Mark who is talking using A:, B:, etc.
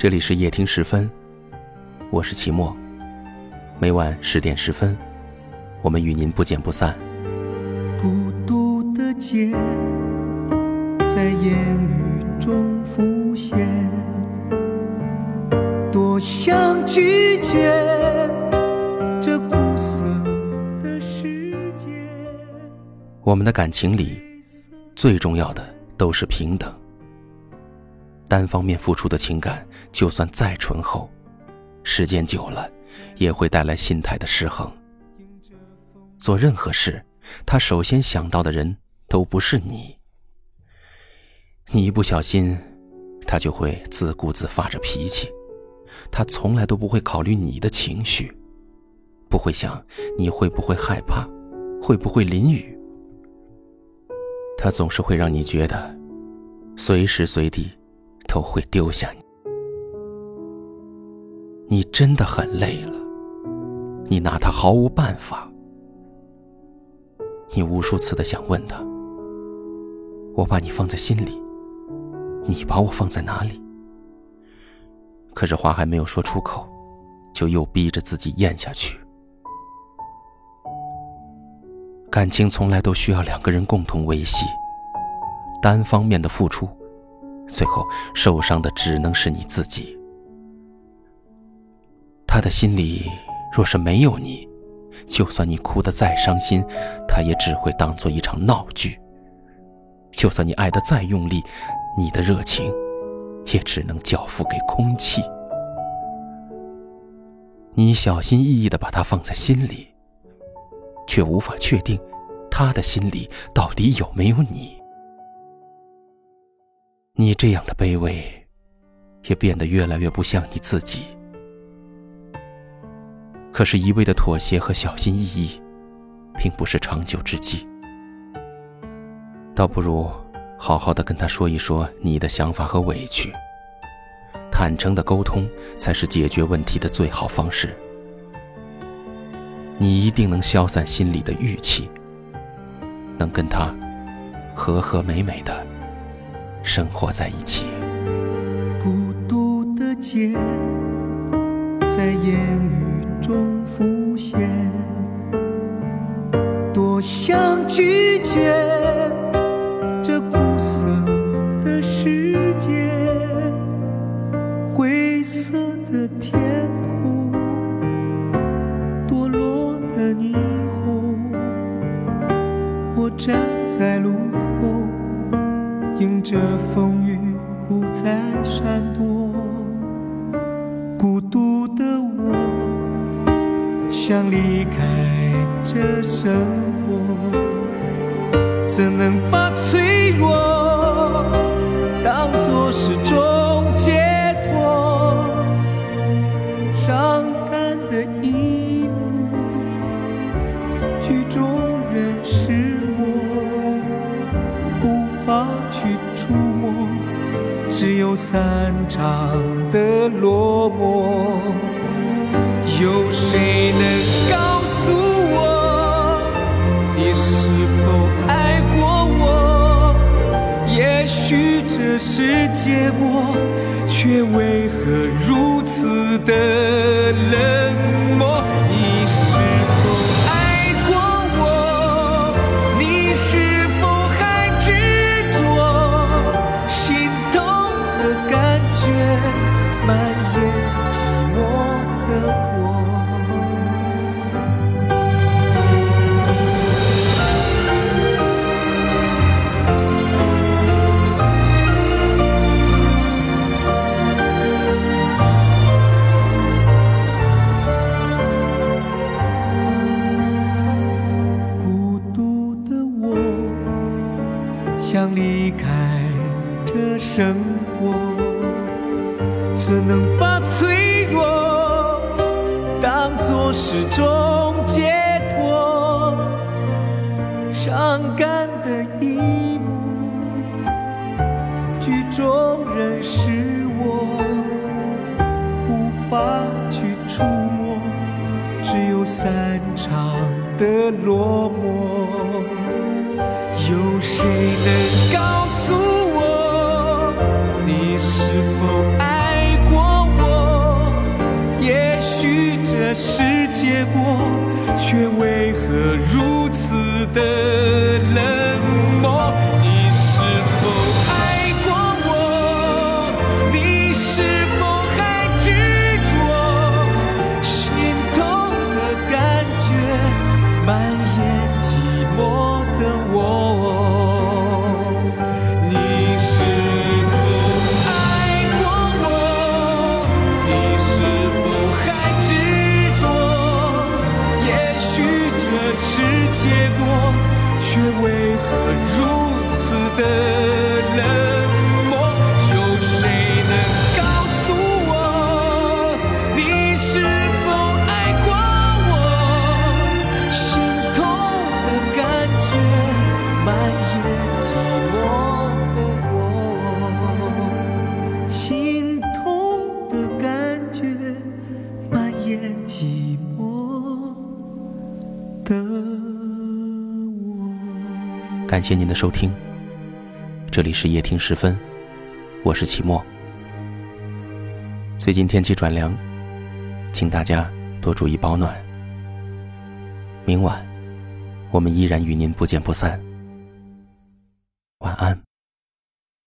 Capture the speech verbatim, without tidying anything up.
A: 这里是夜听十分，我是齐墨，每晚十点十分，我们与您不见不散。
B: 孤独的街在言语中浮现，多想拒绝这苦涩的世界。
A: 我们的感情里最重要的都是平等，单方面付出的情感就算再醇厚，时间久了也会带来心态的失衡。做任何事，他首先想到的人都不是你，你一不小心他就会自顾自发着脾气，他从来都不会考虑你的情绪，不会想你会不会害怕，会不会淋雨。他总是会让你觉得随时随地都会丢下你。你真的很累了，你拿他毫无办法。你无数次的想问他，我把你放在心里，你把我放在哪里？可是话还没有说出口，就又逼着自己咽下去。感情从来都需要两个人共同维系，单方面的付出，最后受伤的只能是你自己。他的心里若是没有你，就算你哭得再伤心，他也只会当作一场闹剧。就算你爱得再用力，你的热情也只能交付给空气。你小心翼翼地把他放在心里，却无法确定他的心里到底有没有你。你这样的卑微也变得越来越不像你自己。可是一味的妥协和小心翼翼并不是长久之计，倒不如好好的跟他说一说你的想法和委屈，坦诚的沟通才是解决问题的最好方式。你一定能消散心里的郁气，能跟他和和美美的生活在一起。
B: 孤独的街在言语中浮现，多想拒绝这苦涩的世界。灰色的天空，堕落的霓虹，我站在路口，迎着风雨不再闪躲。孤独的我想离开这生活，怎能把脆弱当作是种解脱？伤感的一幕，剧中人是我，无法去触摸，只有散场的落寞。有谁能告诉我，你是否爱过我？也许这是结果，却为何如此的冷漠？你是否爱过我？你是否还执着？心痛的感觉蔓延寂寞的我。孤独的我想离开这生活，怎能把脆弱当作是种解脱？伤感的一幕，剧中人是我，无法去触摸，只有散场的落寞。有谁能告诉我，你是否爱过却为何如此的冷漠？你是否爱过我？你是否还执着？心痛的感觉蔓延寂寞的我。你是否爱过我？你是否还执着？也许这是结果，却为何如此的冷漠？有谁能告诉我，你是否爱过我？心痛的感觉蔓延寂寞的我，心痛的感觉蔓延寂寞的我。
A: 感谢您的收听，这里是夜听时分，我是齐墨。最近天气转凉，请大家多注意保暖。明晚我们依然与您不见不散。晚安。